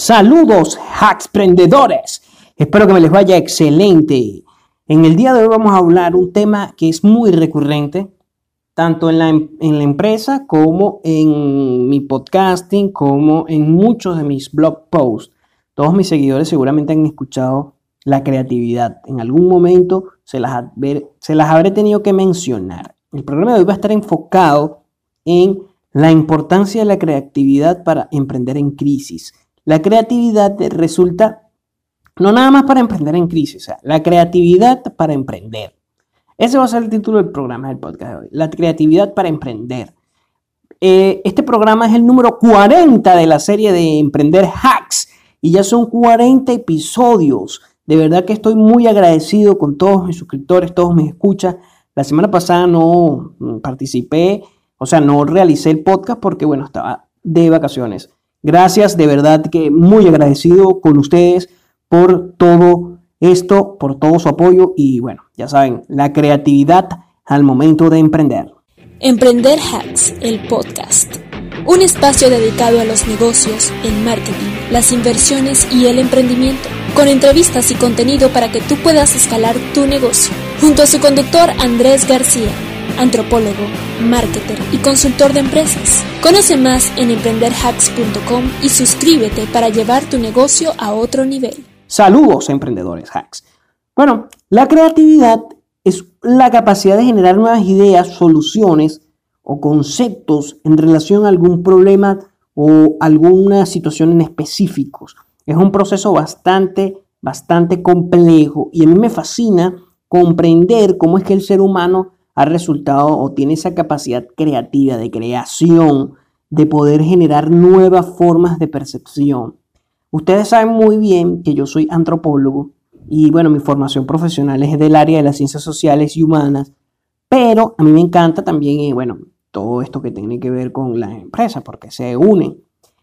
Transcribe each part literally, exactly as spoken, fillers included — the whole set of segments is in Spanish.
Saludos, hacksprendedores. Espero que me les vaya excelente. En el día de hoy vamos a hablar un tema que es muy recurrente, tanto en la, en la empresa como en mi podcasting, como en muchos de mis blog posts. Todos mis seguidores seguramente han escuchado la creatividad. En algún momento se las, se las habré tenido que mencionar. El programa de hoy va a estar enfocado en la importancia de la creatividad para emprender en crisis. La creatividad resulta no nada más para emprender en crisis, o sea, la creatividad para emprender. Ese va a ser el título del programa del podcast de hoy, la creatividad para emprender. Eh, este programa es el número cuarenta de la serie de Emprender Hacks y ya son cuarenta episodios. De verdad que estoy muy agradecido con todos mis suscriptores, todos mis escuchas. La semana pasada no participé, o sea, no realicé el podcast porque, bueno, estaba de vacaciones. Gracias, de verdad que muy agradecido con ustedes por todo esto, por todo su apoyo y, bueno, ya saben, la creatividad al momento de emprender. Emprender Hacks, el podcast. Un espacio dedicado a los negocios, el marketing, las inversiones y el emprendimiento, con entrevistas y contenido para que tú puedas escalar tu negocio. Junto a su conductor Andrés García, antropólogo, marketer y consultor de empresas. Conoce más en emprender hacks punto com y suscríbete para llevar tu negocio a otro nivel. Saludos, emprendedores hacks. Bueno, la creatividad es la capacidad de generar nuevas ideas, soluciones o conceptos en relación a algún problema o alguna situación en específicos. Es un proceso bastante, bastante complejo y a mí me fascina comprender cómo es que el ser humano ha resultado o tiene esa capacidad creativa de creación, de poder generar nuevas formas de percepción. Ustedes saben muy bien que yo soy antropólogo y bueno, mi formación profesional es del área de las ciencias sociales y humanas, pero a mí me encanta también, eh, bueno, todo esto que tiene que ver con las empresas porque se unen.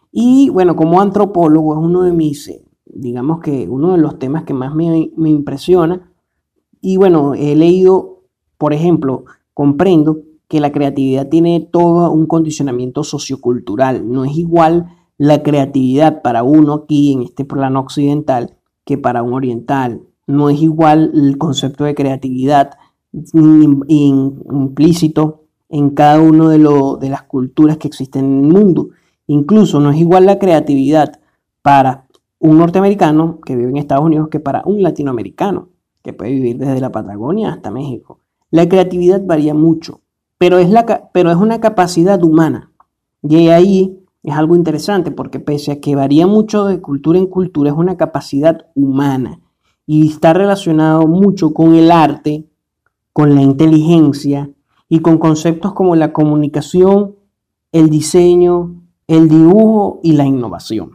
Y bueno, como antropólogo es uno de mis, eh, digamos que uno de los temas que más me, me impresiona. Y bueno, he leído, por ejemplo, comprendo que la creatividad tiene todo un condicionamiento sociocultural. No es igual la creatividad para uno aquí en este plano occidental que para un oriental. No es igual el concepto de creatividad implícito en cada una de, lo, de las culturas que existen en el mundo. Incluso no es igual la creatividad para un norteamericano que vive en Estados Unidos que para un latinoamericano que puede vivir desde la Patagonia hasta México. La creatividad varía mucho, pero es, la, pero es una capacidad humana. Y ahí es algo interesante porque pese a que varía mucho de cultura en cultura, es una capacidad humana y está relacionado mucho con el arte, con la inteligencia y con conceptos como la comunicación, el diseño, el dibujo y la innovación.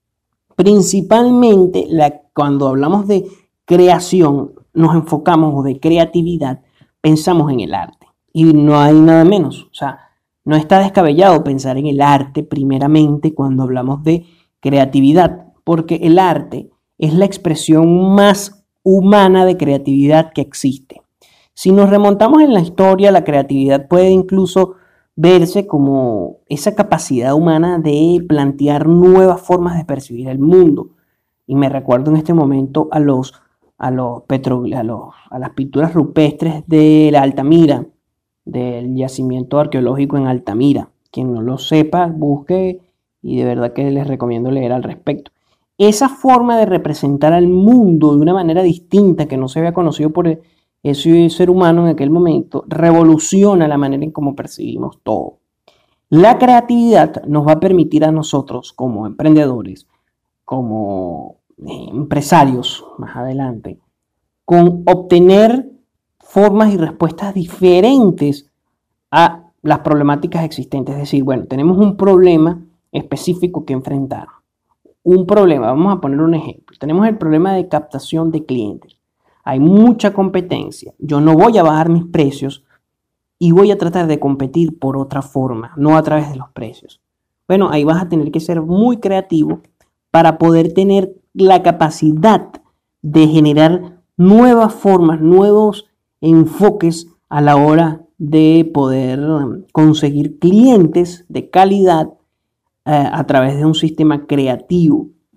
Principalmente la, cuando hablamos de creación, nos enfocamos o de creatividad, pensamos en el arte y no hay nada menos. O sea, no está descabellado pensar en el arte primeramente cuando hablamos de creatividad, porque el arte es la expresión más humana de creatividad que existe. Si nos remontamos en la historia, la creatividad puede incluso verse como esa capacidad humana de plantear nuevas formas de percibir el mundo. Y me recuerdo en este momento a los A, los petro, a, los, a las pinturas rupestres de la Altamira, del yacimiento arqueológico en Altamira. Quien no lo sepa, busque y de verdad que les recomiendo leer al respecto. Esa forma de representar al mundo de una manera distinta que no se había conocido por ese ser humano en aquel momento, revoluciona la manera en cómo percibimos todo. La creatividad nos va a permitir a nosotros como emprendedores, como empresarios más adelante, con obtener formas y respuestas diferentes a las problemáticas existentes. Es decir, bueno, tenemos un problema específico que enfrentar. Un problema, vamos a poner un ejemplo. Tenemos el problema de captación de clientes. Hay mucha competencia. Yo no voy a bajar mis precios y voy a tratar de competir por otra forma, no a través de los precios. Bueno, ahí vas a tener que ser muy creativo para poder tener la capacidad de generar nuevas formas, nuevos enfoques a la hora de poder conseguir clientes de calidad eh, a través de un sistema creativo.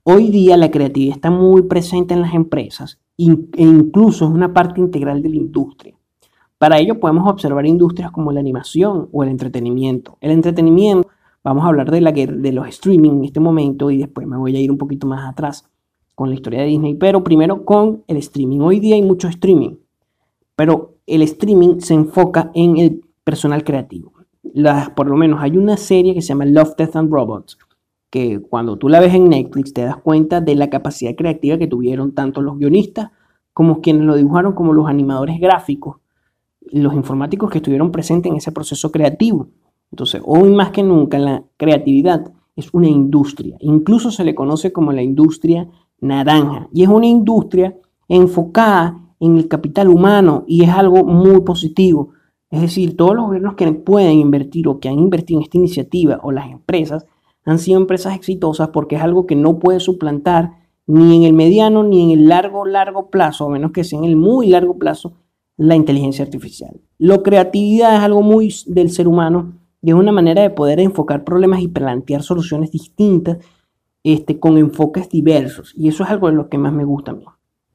hoy día la creatividad está muy presente en las empresas e incluso es una parte integral de la industria. Para ello podemos observar industrias como la animación o el entretenimiento. El entretenimiento, vamos a hablar de, la, de los streaming en este momento y después me voy a ir un poquito más atrás con la historia de Disney, pero primero con el streaming. Hoy día hay mucho streaming, pero el streaming se enfoca en el personal creativo. Las, por lo menos hay una serie que se llama Love, Death and Robots, que cuando tú la ves en Netflix te das cuenta de la capacidad creativa que tuvieron tanto los guionistas como quienes lo dibujaron, como los animadores gráficos, los informáticos que estuvieron presentes en ese proceso creativo. Entonces, hoy más que nunca la creatividad es una industria, incluso se le conoce como la industria naranja, y es una industria enfocada en el capital humano y es algo muy positivo. Es decir, todos los gobiernos que pueden invertir o que han invertido en esta iniciativa o las empresas han sido empresas exitosas porque es algo que no puede suplantar ni en el mediano ni en el largo, largo plazo, a menos que sea en el muy largo plazo, la inteligencia artificial. La creatividad es algo muy del ser humano y es una manera de poder enfocar problemas y plantear soluciones distintas este, con enfoques diversos. Y eso es algo de lo que más me gusta a mí.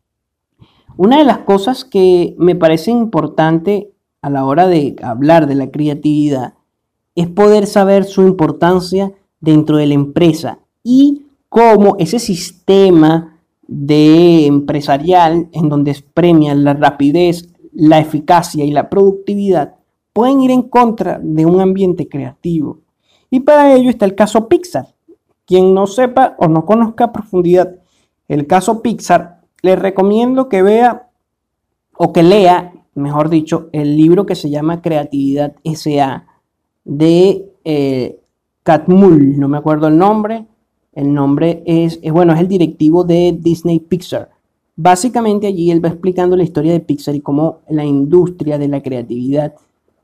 Una de las cosas que me parece importante a la hora de hablar de la creatividad es poder saber su importancia dentro de la empresa y cómo ese sistema de empresarial en donde premia la rapidez, la eficacia y la productividad pueden ir en contra de un ambiente creativo. Y para ello está el caso Pixar. Quien no sepa o no conozca a profundidad el caso Pixar, les recomiendo que vea o que lea, mejor dicho, el libro que se llama Creatividad ese a de eh, Catmull, no me acuerdo el nombre. El nombre es, es, bueno, es el directivo de Disney Pixar. Básicamente allí él va explicando la historia de Pixar y cómo la industria de la creatividad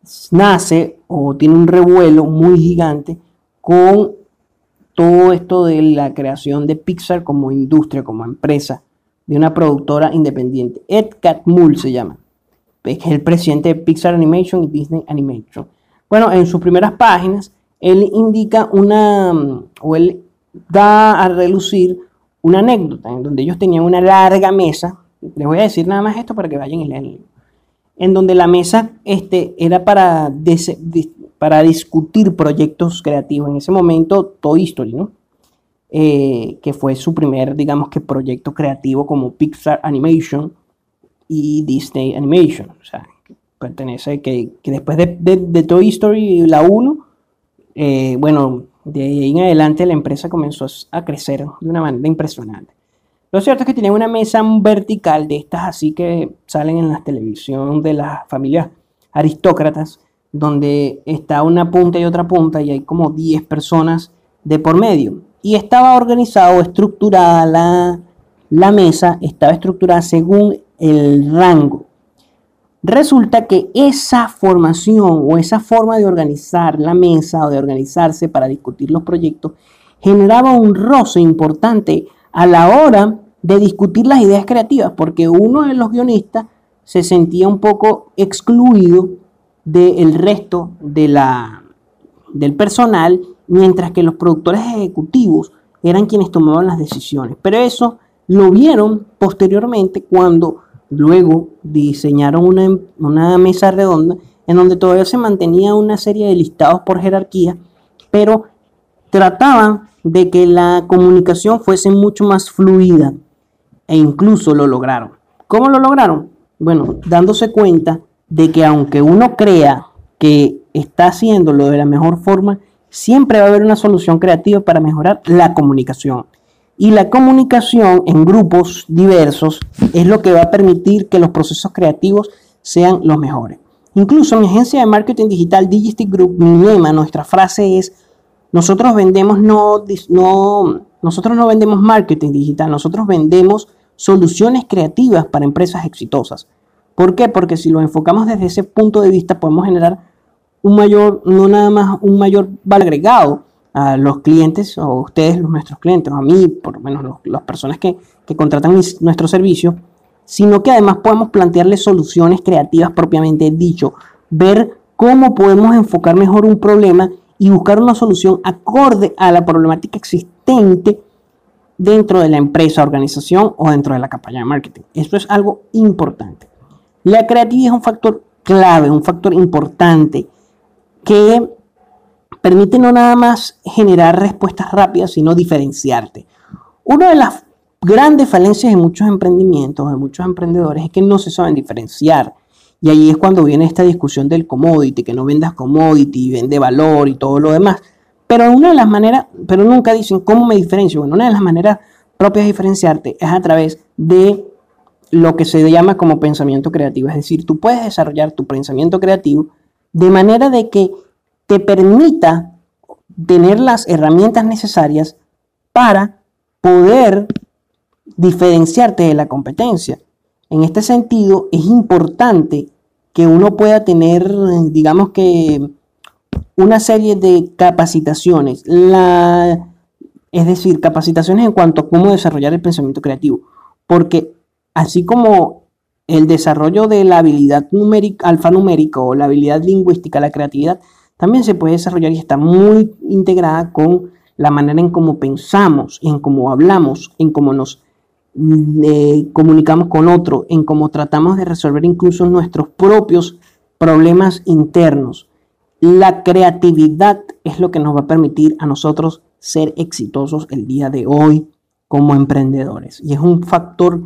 nace o tiene un revuelo muy gigante con todo esto de la creación de Pixar como industria, como empresa, de una productora independiente. Ed Catmull se llama, es el presidente de Pixar Animation y Disney Animation. Bueno, en sus primeras páginas, él indica una, o él da a relucir una anécdota en donde ellos tenían una larga mesa. Les voy a decir nada más esto para que vayan y lean el libro. En donde la mesa este, era para, des, dis, para discutir proyectos creativos. En ese momento, Toy Story, ¿no? Eh, que fue su primer, digamos que proyecto creativo como Pixar Animation y Disney Animation. O sea, que pertenece, que, que después de, de, de Toy Story, la uno, eh, bueno, de ahí en adelante la empresa comenzó a crecer de una manera impresionante. Lo cierto es que tenía una mesa vertical de estas así que salen en la televisión de las familias aristócratas, donde está una punta y otra punta y hay como diez personas de por medio. Y estaba organizado, estructurada la, la mesa, estaba estructurada según el rango. Resulta que esa formación o esa forma de organizar la mesa o de organizarse para discutir los proyectos generaba un roce importante a la hora de discutir las ideas creativas, porque uno de los guionistas se sentía un poco excluido del resto de la, del personal, mientras que los productores ejecutivos eran quienes tomaban las decisiones. Pero eso lo vieron posteriormente cuando luego diseñaron una, una mesa redonda en donde todavía se mantenía una serie de listados por jerarquía, pero trataban de que la comunicación fuese mucho más fluida e incluso lo lograron. ¿Cómo lo lograron? Bueno, dándose cuenta de que aunque uno crea que está haciéndolo de la mejor forma, siempre va a haber una solución creativa para mejorar la comunicación. Y la comunicación en grupos diversos es lo que va a permitir que los procesos creativos sean los mejores. Incluso en mi agencia de marketing digital Digistic Group, mi lema, nuestra frase es: nosotros vendemos no, no, nosotros no vendemos marketing digital, nosotros vendemos soluciones creativas para empresas exitosas. ¿Por qué? Porque si lo enfocamos desde ese punto de vista podemos generar un mayor, no nada más un mayor valor agregado a los clientes o a ustedes, los nuestros clientes, a mí, por lo menos los, las personas que, que contratan mis, nuestro servicio, sino que además podemos plantearles soluciones creativas propiamente dicho, ver cómo podemos enfocar mejor un problema y buscar una solución acorde a la problemática existente dentro de la empresa, organización o dentro de la campaña de marketing. Esto es algo importante. La creatividad es un factor clave, un factor importante que permite no nada más generar respuestas rápidas, sino diferenciarte. Una de las grandes falencias de muchos emprendimientos, de muchos emprendedores, es que no se saben diferenciar. Y ahí es cuando viene esta discusión del commodity, que no vendas commodity, vende valor y todo lo demás. Pero una de las maneras, pero nunca dicen cómo me diferencio. Bueno, una de las maneras propias de diferenciarte es a través de lo que se llama como pensamiento creativo. Es decir, tú puedes desarrollar tu pensamiento creativo de manera de que te permita tener las herramientas necesarias para poder diferenciarte de la competencia. En este sentido, es importante que uno pueda tener, digamos que, una serie de capacitaciones. La, es decir, capacitaciones en cuanto a cómo desarrollar el pensamiento creativo. Porque así como el desarrollo de la habilidad numérica, alfanumérica o la habilidad lingüística, la creatividad, también se puede desarrollar y está muy integrada con la manera en cómo pensamos, en cómo hablamos, en cómo nos eh, comunicamos con otro, en cómo tratamos de resolver incluso nuestros propios problemas internos. La creatividad es lo que nos va a permitir a nosotros ser exitosos el día de hoy como emprendedores. Y es un factor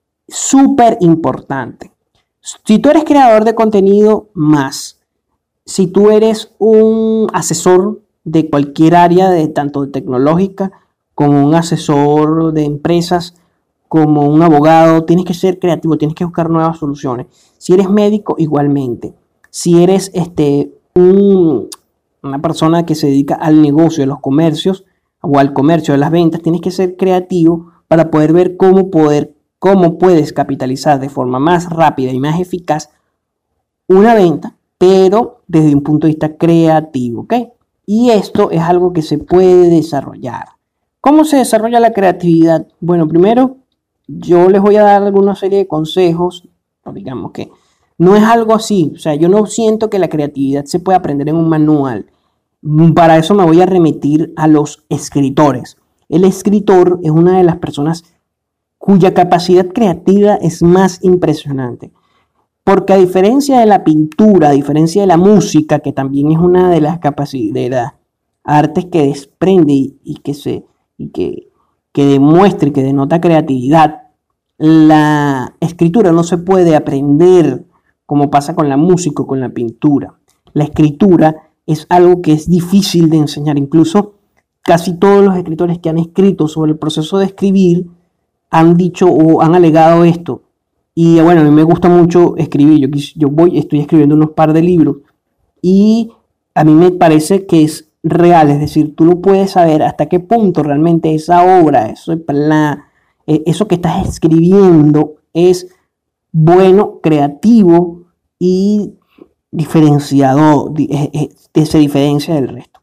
súper importante. Si tú eres creador de contenido, más. Si tú eres un asesor de cualquier área, de tanto de tecnológica como un asesor de empresas, como un abogado, tienes que ser creativo, tienes que buscar nuevas soluciones. Si eres médico, igualmente. Si eres este, un, una persona que se dedica al negocio de los comercios o al comercio de las ventas, tienes que ser creativo para poder ver cómo, poder, cómo puedes capitalizar de forma más rápida y más eficaz una venta, pero desde un punto de vista creativo, ¿ok? Y esto es algo que se puede desarrollar. ¿Cómo se desarrolla la creatividad? Bueno, primero yo les voy a dar alguna serie de consejos, digamos que no es algo así, o sea, yo no siento que la creatividad se puede aprender en un manual. Para eso me voy a remitir a los escritores. El escritor es una de las personas cuya capacidad creativa es más impresionante. Porque a diferencia de la pintura, a diferencia de la música, que también es una de las capacidades, de las artes que desprende y, y que se y que, que demuestre, que denota creatividad, la escritura no se puede aprender como pasa con la música o con la pintura. La escritura es algo que es difícil de enseñar. Incluso casi todos los escritores que han escrito sobre el proceso de escribir han dicho o han alegado esto. Y bueno, a mí me gusta mucho escribir. Yo, yo voy, estoy escribiendo unos par de libros y a mí me parece que es real. Es decir, tú no puedes saber hasta qué punto realmente esa obra, eso, la, eso que estás escribiendo es bueno, creativo y diferenciado, se diferencia del resto.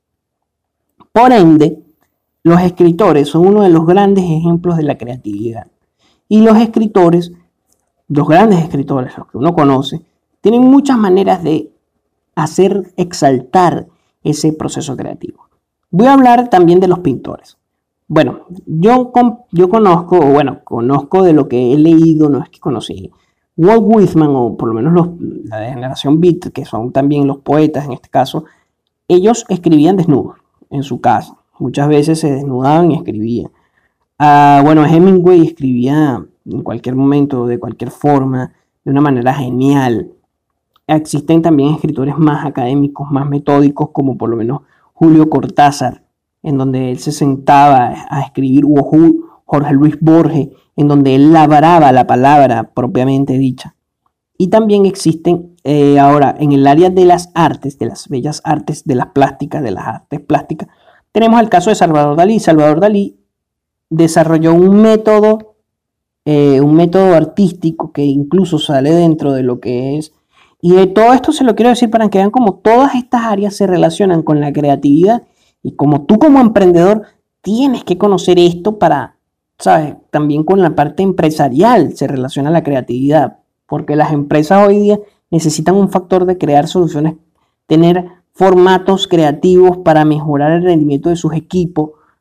Por ende, los escritores son uno de los grandes ejemplos de la creatividad. Y los escritores, los grandes escritores, los que uno conoce, tienen muchas maneras de hacer exaltar ese proceso creativo. Voy a hablar también de los pintores. Bueno, yo, yo conozco, o bueno, conozco de lo que he leído, no es que conocí. Walt Whitman, o por lo menos los, la de generación Beat, que son también los poetas en este caso, ellos escribían desnudos en su casa. Muchas veces se desnudaban y escribían. Uh, bueno, Hemingway escribía en cualquier momento, de cualquier forma, de una manera genial. Existen también escritores más académicos, más metódicos, como por lo menos Julio Cortázar, en donde él se sentaba a escribir, o Jorge Luis Borges, en donde él labraba la palabra propiamente dicha. Y también existen eh, ahora en el área de las artes, de las bellas artes, de las plásticas, de las artes plásticas, tenemos el caso de Salvador Dalí. Salvador Dalí desarrolló un método, eh, un método artístico que incluso sale dentro de lo que es. Y de todo esto se lo quiero decir para que vean cómo todas estas áreas se relacionan con la creatividad y como tú como emprendedor tienes que conocer esto para, ¿sabes? También con la parte empresarial se relaciona la creatividad, porque las empresas hoy día necesitan un factor de crear soluciones, tener formatos creativos para mejorar el rendimiento de sus equipos,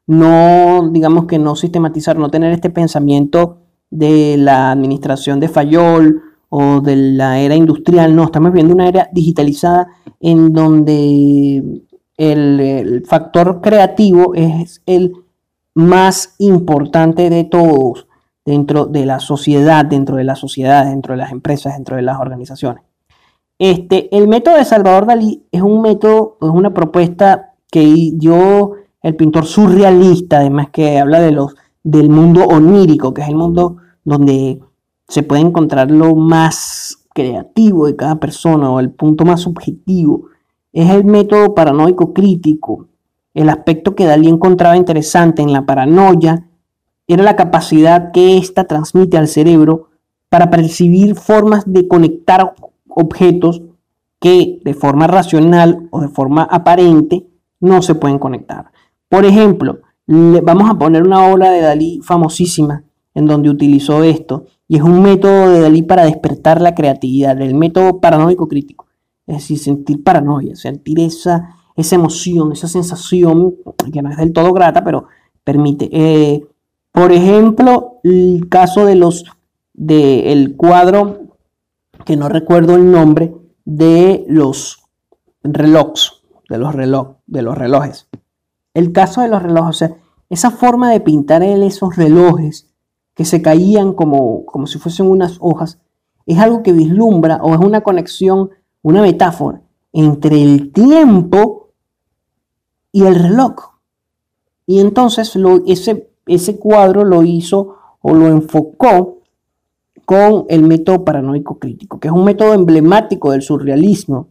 no, digamos que no sistematizar, no tener este pensamiento de la administración de Fayol o de la era industrial. No, estamos viviendo una era digitalizada en donde el, el factor creativo es el más importante de todos dentro de la sociedad, dentro de las sociedades, dentro de las empresas, dentro de las organizaciones. Este, el método de Salvador Dalí es un método, es una propuesta que dio el pintor surrealista, además que habla de los, del mundo onírico, que es el mundo donde se puede encontrar lo más creativo de cada persona o el punto más subjetivo. Es el método paranoico crítico. El aspecto que Dalí encontraba interesante en la paranoia era la capacidad que ésta transmite al cerebro para percibir formas de conectar objetos que de forma racional o de forma aparente no se pueden conectar. Por ejemplo, vamos a poner una obra de Dalí famosísima en donde utilizó esto, y es un método de Dalí para despertar la creatividad, el método paranoico crítico. Es decir, sentir paranoia, sentir esa, esa emoción, esa sensación que no es del todo grata, pero permite. Eh, por ejemplo, el caso de los del cuadro, que no recuerdo el nombre, de los relojes, de los reloj, de los relojes. El caso de los relojes, o sea, esa forma de pintar él esos relojes que se caían como, como si fuesen unas hojas, es algo que vislumbra o es una conexión, una metáfora entre el tiempo y el reloj. Y entonces lo, ese, ese cuadro lo hizo o lo enfocó con el método paranoico crítico, que es un método emblemático del surrealismo.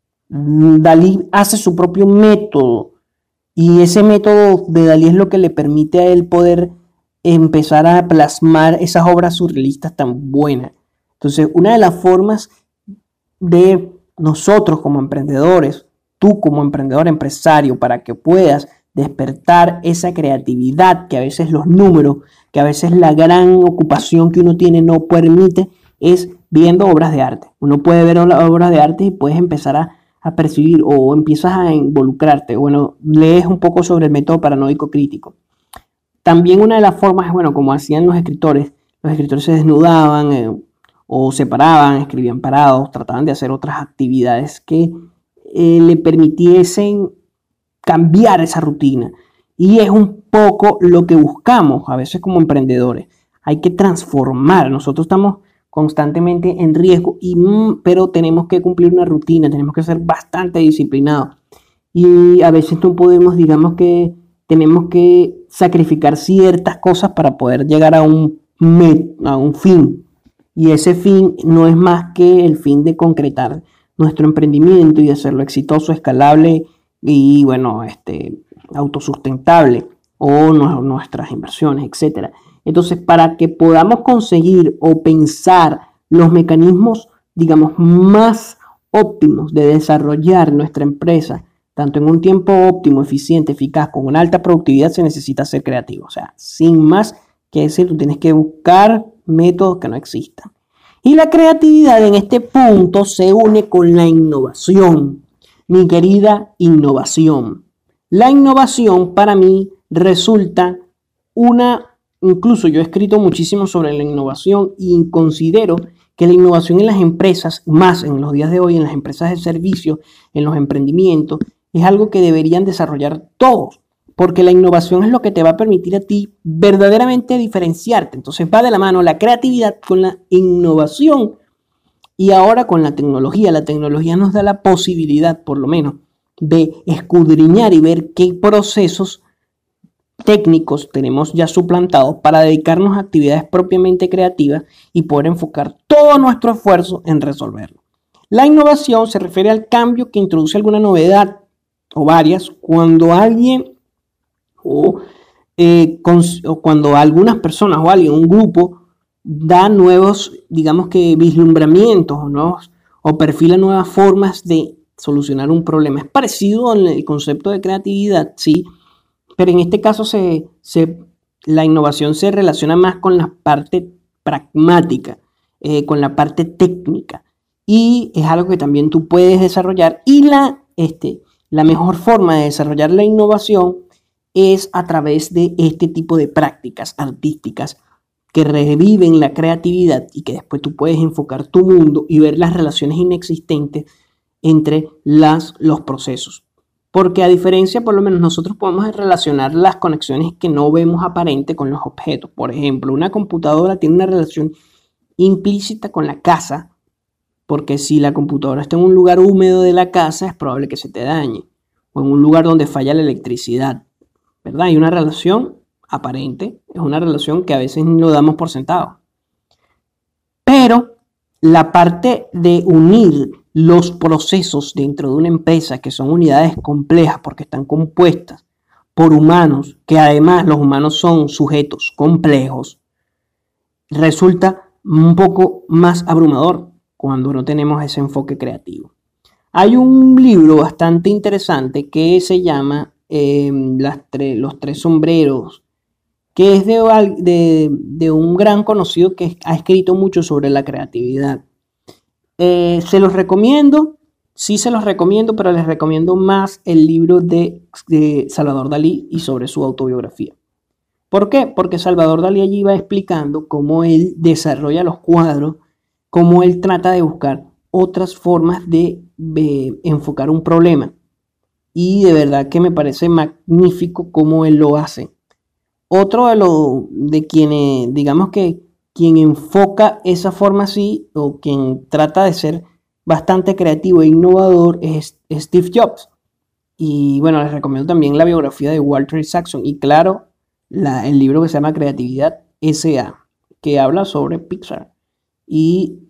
Dalí hace su propio método y ese método de Dalí es lo que le permite a él poder empezar a plasmar esas obras surrealistas tan buenas. Entonces, una de las formas de nosotros como emprendedores, tú como emprendedor empresario, para que puedas despertar esa creatividad que a veces los números, que a veces la gran ocupación que uno tiene no permite, es viendo obras de arte. Uno puede ver obras de arte y puedes empezar a, a percibir o empiezas a involucrarte. Bueno, lees un poco sobre el método paranoico crítico. También una de las formas es, bueno, como hacían los escritores, los escritores se desnudaban eh, o se paraban, escribían parados, trataban de hacer otras actividades que eh, le permitiesen cambiar esa rutina. Y es un poco lo que buscamos a veces como emprendedores. Hay que transformar. Nosotros estamos constantemente en riesgo, y, pero tenemos que cumplir una rutina, tenemos que ser bastante disciplinados. Y a veces no podemos, digamos que tenemos que sacrificar ciertas cosas para poder llegar a un, a un fin. Y ese fin no es más que el fin de concretar nuestro emprendimiento y hacerlo exitoso, escalable y, bueno, este, autosustentable, o no, nuestras inversiones, etcétera. Entonces, para que podamos conseguir o pensar los mecanismos, digamos, más óptimos de desarrollar nuestra empresa, tanto en un tiempo óptimo, eficiente, eficaz, con una alta productividad, se necesita ser creativo. O sea, sin más que decir, tú tienes que buscar métodos que no existan. Y la creatividad en este punto se une con la innovación. Mi querida innovación. La innovación para mí resulta una, incluso yo he escrito muchísimo sobre la innovación y considero que la innovación en las empresas, más en los días de hoy, en las empresas de servicios, en los emprendimientos, es algo que deberían desarrollar todos, porque la innovación es lo que te va a permitir a ti verdaderamente diferenciarte. Entonces va de la mano la creatividad con la innovación. Y ahora con la tecnología, la tecnología nos da la posibilidad, por lo menos, de escudriñar y ver qué procesos técnicos tenemos ya suplantados para dedicarnos a actividades propiamente creativas y poder enfocar todo nuestro esfuerzo en resolverlo. La innovación se refiere al cambio que introduce alguna novedad o varias cuando alguien o, eh, con, o cuando algunas personas o alguien, un grupo, da nuevos, digamos que vislumbramientos o, nuevos, o perfila nuevas formas de solucionar un problema. Es parecido en el concepto de creatividad, sí, pero en este caso se, se, la innovación se relaciona más con la parte pragmática, eh, con la parte técnica, y es algo que también tú puedes desarrollar. Y la, este, la mejor forma de desarrollar la innovación es a través de este tipo de prácticas artísticas que reviven la creatividad y que después tú puedes enfocar tu mundo y ver las relaciones inexistentes entre las, los procesos. Porque a diferencia, por lo menos nosotros podemos relacionar las conexiones que no vemos aparente con los objetos. Por ejemplo, una computadora tiene una relación implícita con la casa, porque si la computadora está en un lugar húmedo de la casa, es probable que se te dañe, o en un lugar donde falla la electricidad, ¿verdad? Hay una relación aparente, es una relación que a veces no damos por sentado. Pero la parte de unir los procesos dentro de una empresa, que son unidades complejas porque están compuestas por humanos, que además los humanos son sujetos complejos, resulta un poco más abrumador cuando no tenemos ese enfoque creativo. Hay un libro bastante interesante que se llama eh, las tre- Los Tres Sombreros, que es de, de, de un gran conocido que ha escrito mucho sobre la creatividad. Eh, se los recomiendo, sí se los recomiendo, pero les recomiendo más el libro de, de Salvador Dalí y sobre su autobiografía. ¿Por qué? Porque Salvador Dalí allí va explicando cómo él desarrolla los cuadros, cómo él trata de buscar otras formas de, de enfocar un problema. Y de verdad que me parece magnífico cómo él lo hace. Otro de, lo, de quienes, digamos que quien enfoca esa forma así, o quien trata de ser bastante creativo e innovador, es Steve Jobs. Y bueno, les recomiendo también la biografía de Walter Isaacson y claro, la, el libro que se llama Creatividad ese a, que habla sobre Pixar. Y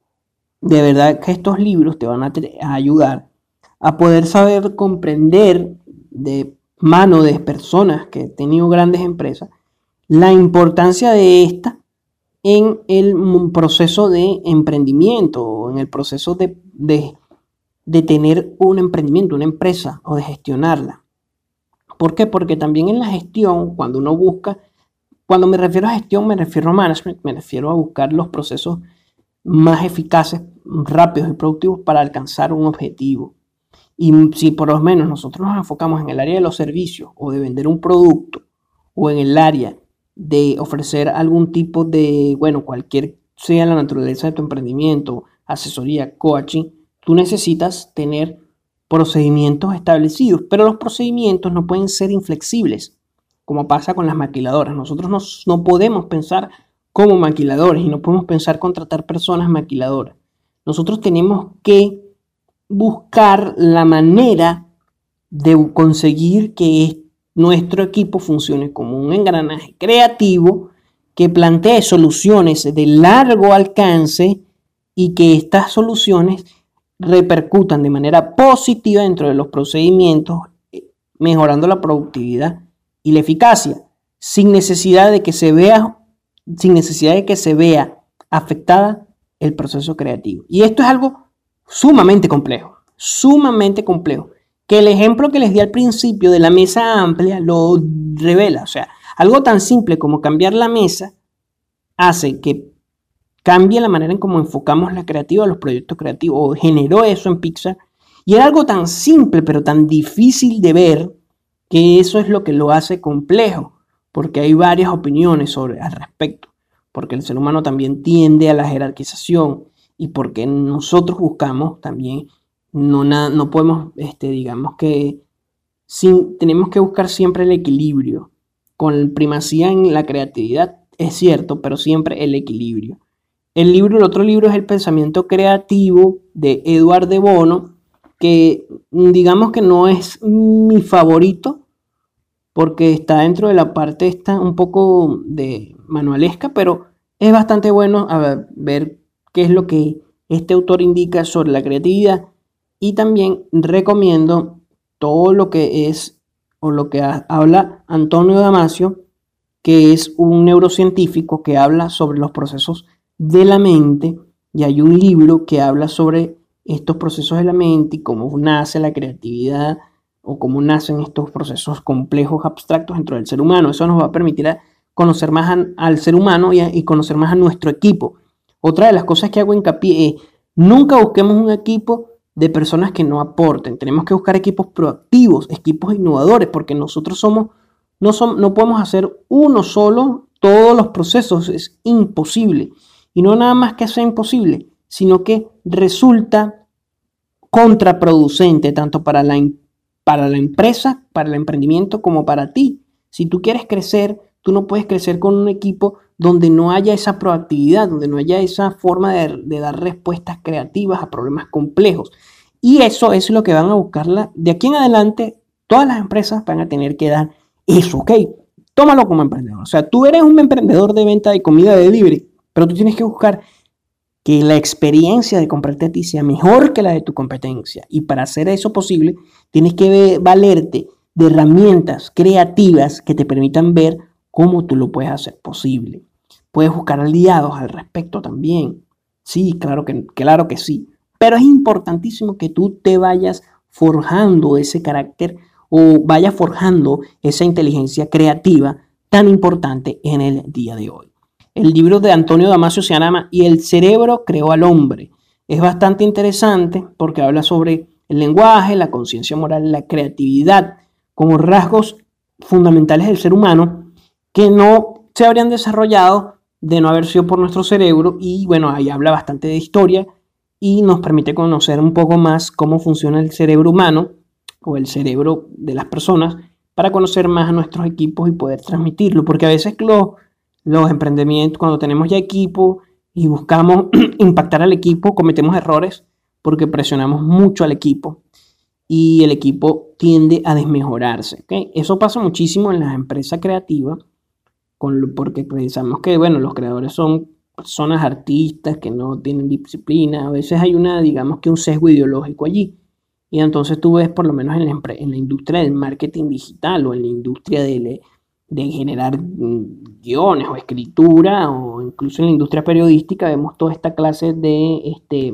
de verdad que estos libros te van a, a ayudar a poder saber comprender de mano de personas que han tenido grandes empresas la importancia de esta en el proceso de emprendimiento, en el proceso de, de, de tener un emprendimiento, una empresa o de gestionarla. ¿Por qué? Porque también en la gestión, cuando uno busca, cuando me refiero a gestión, me refiero a management, me refiero a buscar los procesos más eficaces, rápidos y productivos para alcanzar un objetivo. Y si por lo menos nosotros nos enfocamos en el área de los servicios o de vender un producto o en el área de ofrecer algún tipo de, bueno, cualquier sea la naturaleza de tu emprendimiento, asesoría, coaching, tú necesitas tener procedimientos establecidos, pero los procedimientos no pueden ser inflexibles, como pasa con las maquiladoras. Nosotros no, no podemos pensar como maquiladores y no podemos pensar contratar personas maquiladoras. Nosotros tenemos que buscar la manera de conseguir que nuestro equipo funcione como un engranaje creativo que plantee soluciones de largo alcance y que estas soluciones repercutan de manera positiva dentro de los procedimientos, mejorando la productividad y la eficacia, sin necesidad de que se vea, sin necesidad de que se vea afectada el proceso creativo. Y esto es algo sumamente complejo, sumamente complejo, que el ejemplo que les di al principio de la mesa amplia lo revela. O sea, algo tan simple como cambiar la mesa hace que cambie la manera en cómo enfocamos la creativa, los proyectos creativos, o generó eso en Pixar. Y era algo tan simple, pero tan difícil de ver, que eso es lo que lo hace complejo, porque hay varias opiniones sobre, al respecto, porque el ser humano también tiende a la jerarquización y porque nosotros buscamos también, no, na, no podemos, este, digamos que, sin, tenemos que buscar siempre el equilibrio, con primacía en la creatividad, es cierto, pero siempre el equilibrio. El libro, el otro libro es El Pensamiento Creativo de Edward de Bono, que digamos que no es mi favorito porque está dentro de la parte esta un poco de manualesca, pero es bastante bueno a ver, ver qué es lo que este autor indica sobre la creatividad. Y también recomiendo todo lo que es o lo que ha, habla Antonio Damasio, que es un neurocientífico que habla sobre los procesos de la mente, y hay un libro que habla sobre estos procesos de la mente y cómo nace la creatividad o cómo nacen estos procesos complejos abstractos dentro del ser humano. Eso nos va a permitir a conocer más a, al ser humano y, a, y conocer más a nuestro equipo. Otra de las cosas que hago hincapié es nunca busquemos un equipo de personas que no aporten. Tenemos que buscar equipos proactivos, equipos innovadores, porque nosotros somos No, son, no podemos hacer uno solo todos los procesos, es imposible. Y no nada más que sea imposible, sino que resulta contraproducente tanto para la, para la empresa, para el emprendimiento, como para ti. Si tú quieres crecer, tú no puedes crecer con un equipo donde no haya esa proactividad, donde no haya esa forma de, de dar respuestas creativas a problemas complejos. Y eso es lo que van a buscarla. De aquí en adelante, todas las empresas van a tener que dar eso, ¿ok? Tómalo como emprendedor. O sea, tú eres un emprendedor de venta de comida de delivery, pero tú tienes que buscar que la experiencia de comprarte a ti sea mejor que la de tu competencia. Y para hacer eso posible, tienes que valerte de herramientas creativas que te permitan ver cómo tú lo puedes hacer posible. Puedes buscar aliados al respecto también. Sí, claro que, claro que sí. Pero es importantísimo que tú te vayas forjando ese carácter o vayas forjando esa inteligencia creativa tan importante en el día de hoy. El libro de Antonio Damasio se llama Y el cerebro creó al hombre. Es bastante interesante porque habla sobre el lenguaje, la conciencia moral, la creatividad como rasgos fundamentales del ser humano que no se habrían desarrollado de no haber sido por nuestro cerebro. Y bueno, ahí habla bastante de historia y nos permite conocer un poco más cómo funciona el cerebro humano o el cerebro de las personas para conocer más a nuestros equipos y poder transmitirlo. Porque a veces los, los emprendimientos, cuando tenemos ya equipo y buscamos impactar al equipo, cometemos errores porque presionamos mucho al equipo y el equipo tiende a desmejorarse, ¿okay? Eso pasa muchísimo en las empresas creativas con, porque pensamos que, bueno, los creadores son personas artistas que no tienen disciplina. A veces hay una, digamos que un sesgo ideológico allí. Y entonces tú ves, por lo menos en la, en la industria del marketing digital o en la industria de, de generar guiones o escritura o incluso en la industria periodística, vemos toda esta clase de, este,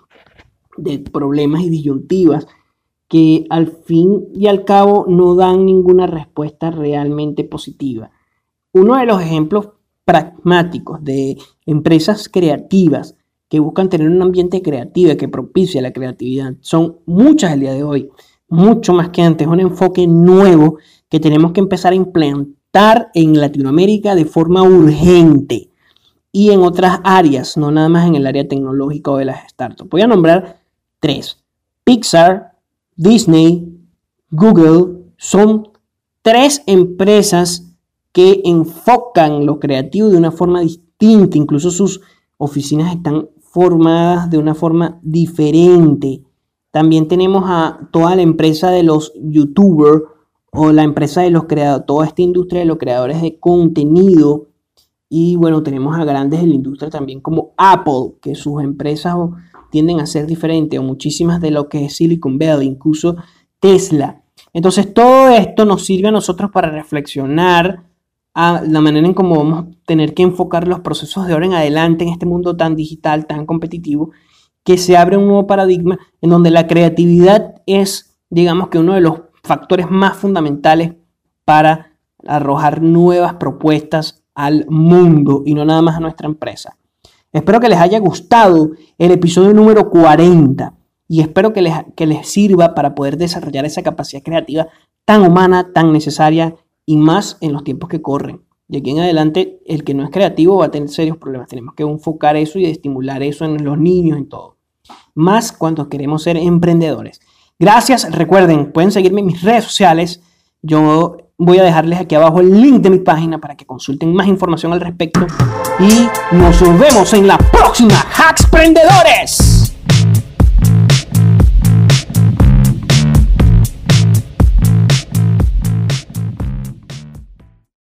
de problemas y disyuntivas que al fin y al cabo no dan ninguna respuesta realmente positiva. Uno de los ejemplos pragmáticos de empresas creativas que buscan tener un ambiente creativo que propicia la creatividad son muchas el día de hoy, mucho más que antes, un enfoque nuevo que tenemos que empezar a implantar en Latinoamérica de forma urgente y en otras áreas, no nada más en el área tecnológica o de las startups. Voy a nombrar tres: Pixar, Disney, Google. Son tres empresas que enfocan lo creativo de una forma distinta, incluso sus oficinas están formadas de una forma diferente. También tenemos a toda la empresa de los youtubers o la empresa de los creadores, toda esta industria de los creadores de contenido. Y bueno, tenemos a grandes de la industria también como Apple, que sus empresas tienden a ser diferentes, o muchísimas de lo que es Silicon Valley, incluso Tesla. Entonces todo esto nos sirve a nosotros para reflexionar a la manera en cómo vamos a tener que enfocar los procesos de ahora en adelante en este mundo tan digital, tan competitivo, que se abre un nuevo paradigma en donde la creatividad es, digamos que uno de los factores más fundamentales para arrojar nuevas propuestas al mundo y no nada más a nuestra empresa. Espero que les haya gustado el episodio número cuarenta y espero que les, que les sirva para poder desarrollar esa capacidad creativa tan humana, tan necesaria y más en los tiempos que corren. De aquí en adelante, el que no es creativo va a tener serios problemas. Tenemos que enfocar eso y estimular eso en los niños, en todo. Más cuando queremos ser emprendedores. Gracias. Recuerden, pueden seguirme en mis redes sociales. Yo voy a dejarles aquí abajo el link de mi página para que consulten más información al respecto. Y nos vemos en la próxima Hacks Prendedores.